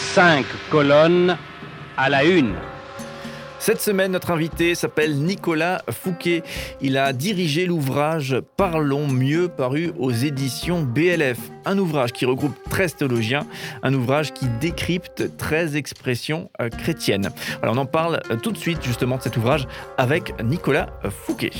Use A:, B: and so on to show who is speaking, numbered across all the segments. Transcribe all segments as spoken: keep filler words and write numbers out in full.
A: Cinq colonnes à la une.
B: Cette semaine, notre invité s'appelle Nicolas Fouquet. Il a dirigé l'ouvrage « Parlons mieux » paru aux éditions B L F. Un ouvrage qui regroupe treize théologiens, un ouvrage qui décrypte treize expressions euh, chrétiennes. Alors on en parle tout de suite justement de cet ouvrage avec Nicolas Fouquet.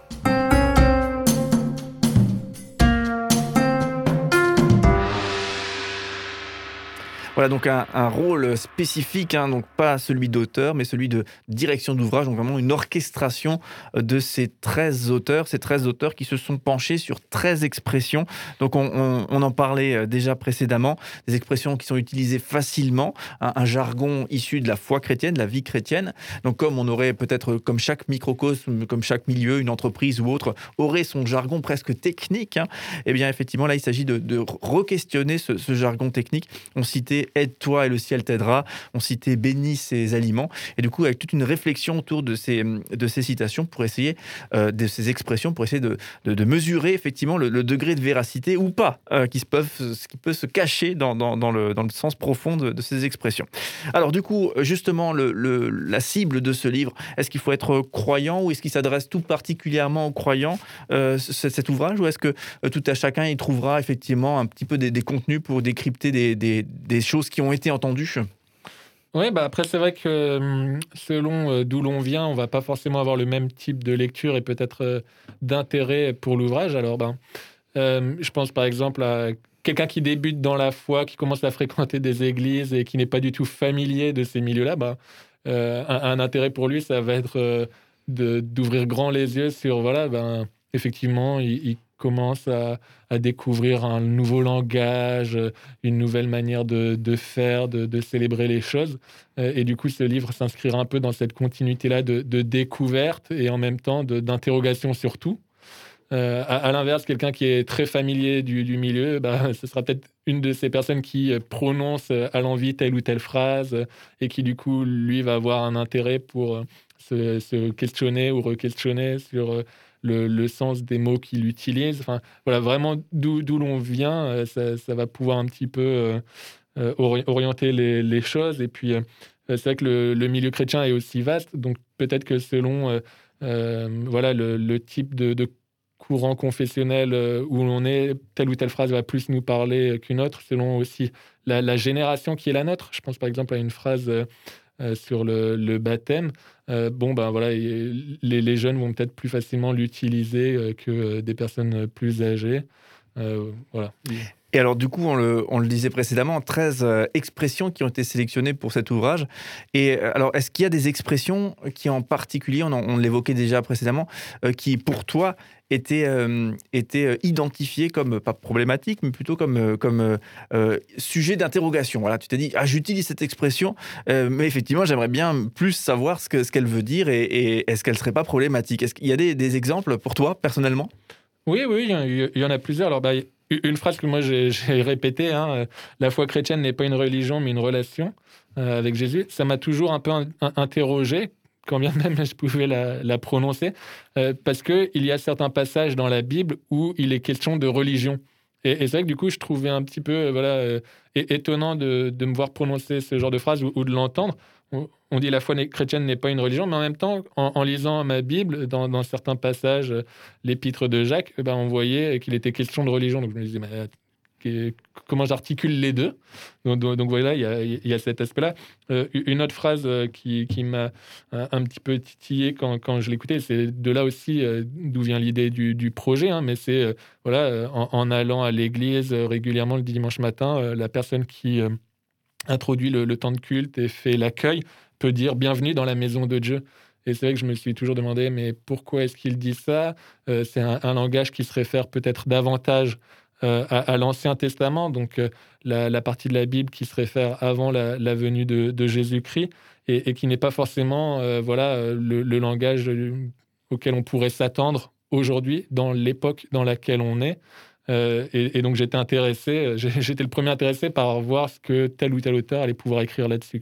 B: Voilà donc un, un rôle spécifique, hein, donc pas celui d'auteur, mais celui de direction d'ouvrage, donc vraiment une orchestration de ces treize auteurs, ces treize auteurs qui se sont penchés sur treize expressions. Donc on, on, on en parlait déjà précédemment, des expressions qui sont utilisées facilement, un, un jargon issu de la foi chrétienne, de la vie chrétienne. Donc comme on aurait peut-être, comme chaque microcosme, comme chaque milieu, une entreprise ou autre, aurait son jargon presque technique, hein, et bien effectivement là il s'agit de, de re-questionner ce, ce jargon technique. On citait « Aide-toi et le ciel t'aidera », on citait « Bénis ses aliments », et du coup avec toute une réflexion autour de ces, de ces citations pour essayer, euh, de ces expressions, pour essayer de, de, de mesurer effectivement le, le degré de véracité ou pas euh, qui, se peuvent, qui peut se cacher dans, dans, dans, le, dans le sens profond de, de ces expressions. Alors du coup, justement, le, le, la cible de ce livre, est-ce qu'il faut être croyant ou est-ce qu'il s'adresse tout particulièrement aux croyants, euh, cet, cet ouvrage, ou est-ce que euh, tout à chacun y trouvera effectivement un petit peu des, des contenus pour décrypter des, des, des choses qui ont été entendues?
C: Oui, bah après, c'est vrai que selon euh, d'où l'on vient, on va pas forcément avoir le même type de lecture et peut-être euh, d'intérêt pour l'ouvrage. Alors, ben, euh, je pense par exemple à quelqu'un qui débute dans la foi, qui commence à fréquenter des églises et qui n'est pas du tout familier de ces milieux-là. Ben, euh, un, un intérêt pour lui, ça va être euh, de, d'ouvrir grand les yeux sur, voilà, ben, effectivement, il, il commence à, à découvrir un nouveau langage, une nouvelle manière de, de faire, de, de célébrer les choses. Et du coup, ce livre s'inscrira un peu dans cette continuité-là de, de découverte et en même temps de, d'interrogation sur tout. Euh, à, à l'inverse, quelqu'un qui est très familier du, du milieu, bah, ce sera peut-être une de ces personnes qui prononce à l'envi telle ou telle phrase et qui, du coup, lui, va avoir un intérêt pour se, se questionner ou re-questionner sur le, le sens des mots qu'il utilise. Enfin, voilà, vraiment, d'où, d'où l'on vient, ça, ça va pouvoir un petit peu euh, orienter les, les choses. Et puis, euh, c'est vrai que le, le milieu chrétien est aussi vaste, donc peut-être que selon euh, euh, voilà, le, le type de, de courant confessionnel où l'on est, telle ou telle phrase va plus nous parler qu'une autre, selon aussi la, la génération qui est la nôtre. Je pense par exemple à une phrase euh, sur le, le baptême. Euh, bon, ben voilà, les, les jeunes vont peut-être plus facilement l'utiliser que des personnes plus âgées. Euh, voilà.
B: Et alors, du coup, on le, on le disait précédemment, treize euh, expressions qui ont été sélectionnées pour cet ouvrage. Et euh, alors, est-ce qu'il y a des expressions qui, en particulier, on, en, on l'évoquait déjà précédemment, euh, qui, pour toi, étaient, euh, étaient identifiées comme, pas problématiques, mais plutôt comme, euh, comme euh, sujet d'interrogation? Voilà, tu t'es dit, ah, j'utilise cette expression, euh, mais effectivement, j'aimerais bien plus savoir ce, que, ce qu'elle veut dire et, et est-ce qu'elle ne serait pas problématique? Est-ce qu'il y a des, des exemples pour toi, personnellement?
C: Oui, oui, il y, en, il y en a plusieurs. Alors, bah, une phrase que moi j'ai, j'ai répétée, hein, la foi chrétienne n'est pas une religion mais une relation euh, avec Jésus. Ça m'a toujours un peu un, un, interrogé, quand bien même je pouvais la, la prononcer, euh, parce qu'il y a certains passages dans la Bible où il est question de religion. Et, et c'est vrai que du coup, je trouvais un petit peu euh, voilà, euh, étonnant de, de me voir prononcer ce genre de phrase ou, ou de l'entendre. On, on dit la foi chrétienne n'est pas une religion, mais en même temps, en, en lisant ma Bible, dans, dans certains passages, euh, l'épître de Jacques, eh ben, on voyait qu'il était question de religion. Donc je me disais, mais, euh, comment j'articule les deux? Donc, donc, donc voilà, il y a, il y a cet aspect-là. Euh, une autre phrase euh, qui, qui m'a un, un petit peu titillé quand, quand je l'écoutais, c'est de là aussi euh, d'où vient l'idée du, du projet, hein, mais c'est euh, voilà, euh, en, en allant à l'église euh, régulièrement le dimanche matin, euh, la personne qui euh, introduit le, le temps de culte et fait l'accueil peut dire « Bienvenue dans la maison de Dieu ». Et c'est vrai que je me suis toujours demandé, mais pourquoi est-ce qu'il dit ça? euh, C'est un, un langage qui se réfère peut-être davantage euh, à, à l'Ancien Testament, donc euh, la, la partie de la Bible qui se réfère avant la, la venue de, de Jésus-Christ, et, et qui n'est pas forcément euh, voilà, le, le langage auquel on pourrait s'attendre aujourd'hui, dans l'époque dans laquelle on est. Euh, et, et donc j'étais intéressé, j'étais le premier intéressé par voir ce que tel ou tel auteur allait pouvoir écrire là-dessus, quoi.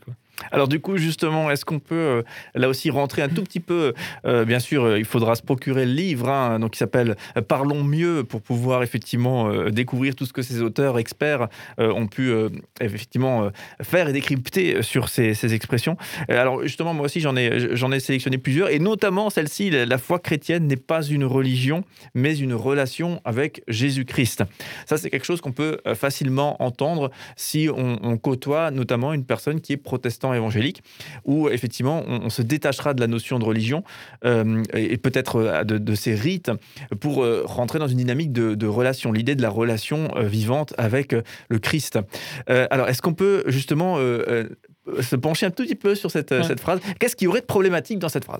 B: Alors du coup, justement, est-ce qu'on peut euh, là aussi rentrer un tout petit peu, euh, bien sûr, euh, il faudra se procurer le livre, hein, donc, qui s'appelle euh, Parlons mieux pour pouvoir effectivement euh, découvrir tout ce que ces auteurs experts euh, ont pu euh, effectivement euh, faire et décrypter sur ces, ces expressions. Euh, alors justement, moi aussi, j'en ai, j'en ai sélectionné plusieurs, et notamment celle-ci, la la foi chrétienne n'est pas une religion, mais une relation avec Jésus-Christ. Ça, c'est quelque chose qu'on peut euh, facilement entendre si on, on côtoie notamment une personne qui est protestant évangélique, où effectivement on, on se détachera de la notion de religion euh, et, et peut-être euh, de, de ses rites pour euh, rentrer dans une dynamique de, de relation, l'idée de la relation euh, vivante avec euh, le Christ. Euh, alors, est-ce qu'on peut justement euh, euh, se pencher un tout petit peu sur cette,
C: Ouais.
B: cette phrase? Qu'est-ce qu'il y aurait de problématique dans cette phrase?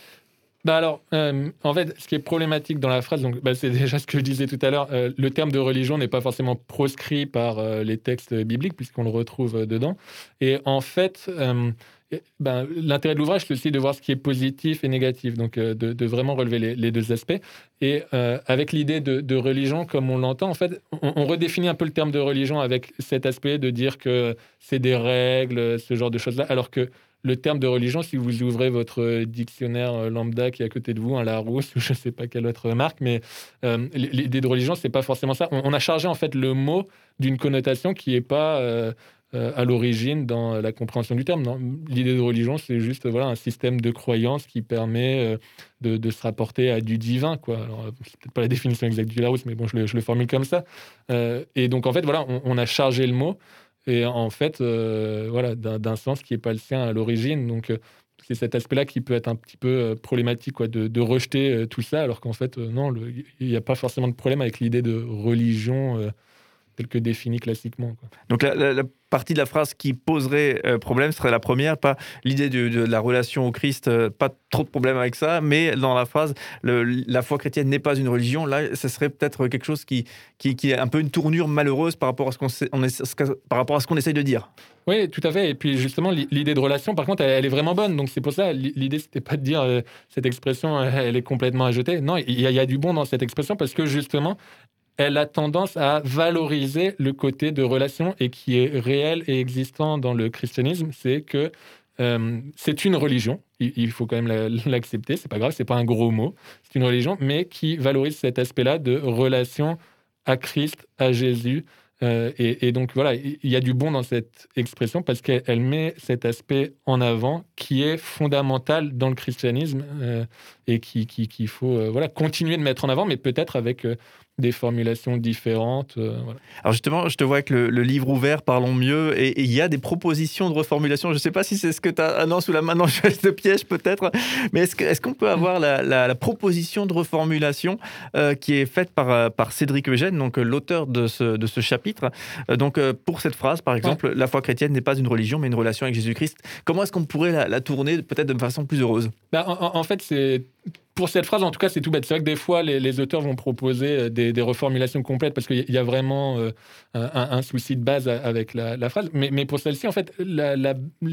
C: Bah alors, euh, en fait, ce qui est problématique dans la phrase, donc, bah, c'est déjà ce que je disais tout à l'heure, euh, le terme de religion n'est pas forcément proscrit par euh, les textes bibliques, puisqu'on le retrouve euh, dedans. Et en fait, euh, eh, ben, l'intérêt de l'ouvrage, c'est aussi de voir ce qui est positif et négatif, donc euh, de, de vraiment relever les, les deux aspects. Et euh, avec l'idée de, de religion, comme on l'entend, en fait, on, on redéfinit un peu le terme de religion avec cet aspect de dire que c'est des règles, ce genre de choses-là, alors que le terme de religion, si vous ouvrez votre dictionnaire lambda qui est à côté de vous, un Larousse ou je ne sais pas quelle autre marque, mais euh, l'idée de religion, c'est pas forcément ça. On, on a chargé en fait le mot d'une connotation qui n'est pas euh, euh, à l'origine dans la compréhension du terme. Non, l'idée de religion, c'est juste voilà un système de croyance qui permet euh, de, de se rapporter à du divin, quoi. Alors, c'est peut-être pas la définition exacte du Larousse, mais bon, je le, je le formule comme ça. Euh, et donc en fait, voilà, on, on a chargé le mot. Et en fait, euh, voilà, d'un, d'un sens qui n'est pas le sien à l'origine. Donc, euh, c'est cet aspect-là qui peut être un petit peu euh, problématique, quoi, de, de rejeter euh, tout ça, alors qu'en fait, euh, non, le- il n'y a pas forcément de problème avec l'idée de religion euh, telle que définie classiquement, quoi.
B: Donc la, la- la partie de la phrase qui poserait euh, problème serait la première, pas l'idée de, de la relation au Christ, euh, pas trop de problème avec ça, mais dans la phrase, le- la foi chrétienne n'est pas une religion, là, ce serait peut-être quelque chose qui, qui, qui est un peu une tournure malheureuse par rapport à ce qu'on, sait- on est- par rapport à ce qu'on essaye de dire.
C: Oui, tout à fait. Et puis justement, l'i- l'idée de relation, par contre, elle, elle est vraiment bonne. Donc c'est pour ça, l'i- l'idée, c'était pas de dire euh, cette expression, euh, elle est complètement à jeter. Non, il y, a il y a du bon dans cette expression parce que justement, elle a tendance à valoriser le côté de relation et qui est réel et existant dans le christianisme, c'est que euh, c'est une religion. Il, il faut quand même la- l'accepter. C'est pas grave, c'est pas un gros mot. C'est une religion, mais qui valorise cet aspect-là de relation à Christ, à Jésus. Euh, et, et donc voilà, il y a du bon dans cette expression parce qu'elle elle met cet aspect en avant qui est fondamental dans le christianisme euh, et qui, qui- qu'il faut euh, voilà, continuer de mettre en avant, mais peut-être avec euh, des formulations différentes. euh, voilà.
B: Alors justement, je te vois avec le, le livre ouvert, Parlons mieux, et et il y a des propositions de reformulation. Je ne sais pas si c'est ce que tu as un an sous la main, non, je te piège peut-être, mais est-ce, que- est-ce qu'on peut avoir la, la- la proposition de reformulation euh, qui est faite par, euh, par Cédric Eugène, donc euh, l'auteur de ce, de ce chapitre. Euh, donc euh, pour cette phrase, par exemple, la foi chrétienne n'est pas une religion, mais une relation avec Jésus-Christ. Comment est-ce qu'on pourrait la, la tourner peut-être de façon plus heureuse?
C: Bah, en, en- en fait, c'est pour cette phrase, en tout cas, c'est tout bête. C'est vrai que des fois, les, les auteurs vont proposer euh, des, des reformulations complètes parce qu'il y a- il y a vraiment euh, un, un souci de base a- avec la, la phrase. Mais, mais pour celle-ci, en fait, la, la-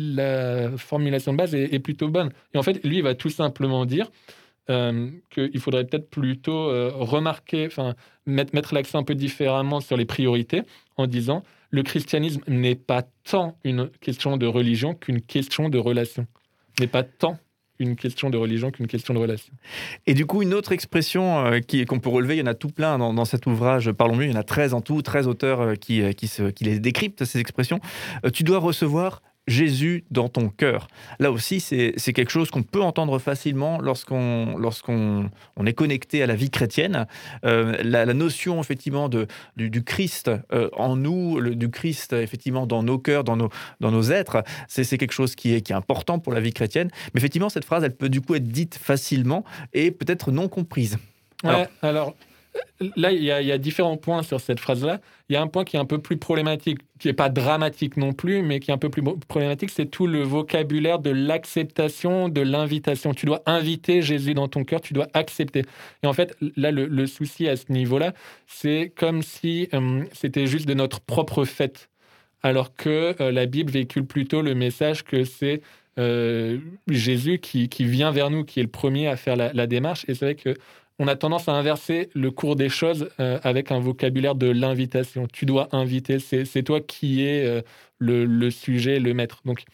C: la formulation de base est, est plutôt bonne. Et en fait, lui, il va tout simplement dire euh, qu'il faudrait peut-être plutôt euh, remarquer, enfin, mettre, mettre l'accent un peu différemment sur les priorités en disant le christianisme n'est pas tant une question de religion qu'une question de relation. N'est pas tant une question de religion qu'une question de relation.
B: Et du coup, une autre expression euh, qui, qu'on peut relever, il y en a tout plein dans, dans cet ouvrage Parlons mieux, il y en a treize en tout, treize auteurs euh, qui, euh, qui, se, qui les décryptent, ces expressions. Euh, tu dois recevoir Jésus dans ton cœur. Là aussi, c'est, c'est quelque chose qu'on peut entendre facilement lorsqu'on, lorsqu'on on est connecté à la vie chrétienne. Euh, la, la notion, effectivement, de, du, du Christ euh, en nous, le, du Christ, effectivement, dans nos cœurs, dans nos, dans nos êtres, c'est, c'est quelque chose qui est, qui est important pour la vie chrétienne. Mais effectivement, cette phrase, elle peut du coup être dite facilement et peut-être non comprise.
C: Ouais,
B: Alors,
C: alors, euh, là, il y, a- il y a différents points sur cette phrase-là. Il y a un point qui est un peu plus problématique, qui n'est pas dramatique non plus, mais qui est un peu plus bo- problématique, c'est tout le vocabulaire de l'acceptation, de l'invitation. Tu dois inviter Jésus dans ton cœur, tu dois accepter. Et en fait, là, le, le souci à ce niveau-là, c'est comme si euh, c'était juste de notre propre fait, alors que euh, la Bible véhicule plutôt le message que c'est euh, Jésus qui, qui vient vers nous, qui est le premier à faire la, la démarche. Et c'est vrai que on a tendance à inverser le cours des choses euh, avec un vocabulaire de l'invitation. Tu dois inviter, c'est, c'est toi qui es euh, le, le sujet, le maître. Donc,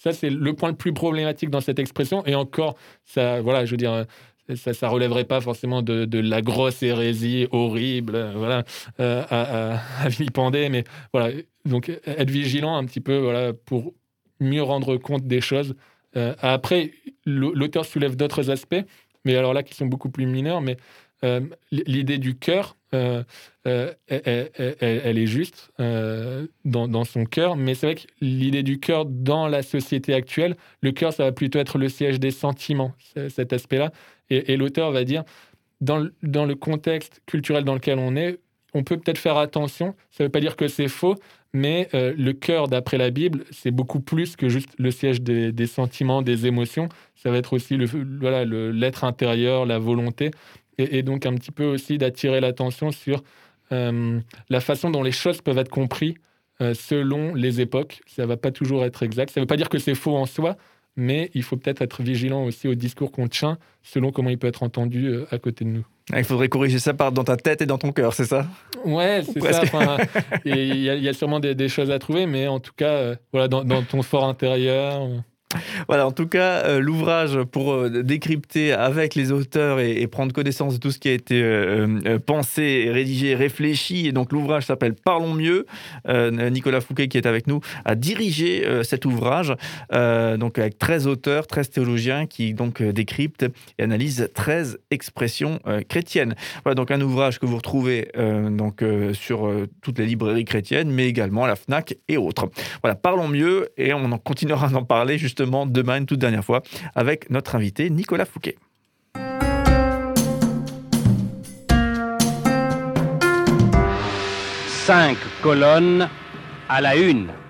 C: Ça, c'est le point le plus problématique dans cette expression. Et encore, ça, voilà, je veux dire, ça, ça relèverait pas forcément de, de la grosse hérésie horrible, euh, voilà, euh, à, à, à vilipender. Mais voilà, donc être vigilant un petit peu, voilà, pour mieux rendre compte des choses. Euh, après, l'auteur soulève d'autres aspects, mais alors là, qui sont beaucoup plus mineurs. Mais euh, l'idée du cœur, euh, euh, elle, elle, elle, elle est juste euh, dans, dans son cœur, mais c'est vrai que l'idée du cœur dans la société actuelle, le cœur, ça va plutôt être le siège des sentiments, cet aspect-là. Et, et l'auteur va dire, dans le, dans le contexte culturel dans lequel on est, on peut peut-être faire attention. Ça ne veut pas dire que c'est faux, mais euh, le cœur, d'après la Bible, c'est beaucoup plus que juste le siège des, des sentiments, des émotions. Ça va être aussi le, voilà, le, l'être intérieur, la volonté. Et, et donc un petit peu aussi d'attirer l'attention sur euh, la façon dont les choses peuvent être comprises euh, selon les époques. Ça ne va pas toujours être exact. Ça ne veut pas dire que c'est faux en soi, mais il faut peut-être être vigilant aussi au discours qu'on tient selon comment il peut être entendu euh, à côté de nous.
B: Il faudrait corriger ça par dans ta tête et dans ton cœur, c'est ça ?
C: Ouais, c'est ça. Enfin, il y, y a sûrement des, des choses à trouver, mais en tout cas, euh, voilà, dans, dans ton fort intérieur... Euh...
B: Voilà, en tout cas, euh, l'ouvrage pour euh, décrypter avec les auteurs et, et prendre connaissance de tout ce qui a été euh, euh, pensé, rédigé, réfléchi. Et donc, l'ouvrage s'appelle « Parlons mieux ». Euh, Nicolas Fouquet, qui est avec nous, a dirigé euh, cet ouvrage, euh, donc avec treize auteurs, treize théologiens qui donc euh, décryptent et analysent treize expressions euh, chrétiennes. Voilà, donc un ouvrage que vous retrouvez euh, donc, euh, sur euh, toutes les librairies chrétiennes, mais également à la Fnac et autres. Voilà, Parlons mieux, et on en continuera d'en parler justement demain, une toute dernière fois, avec notre invité Nicolas Fouquet.
A: Cinq colonnes à la une.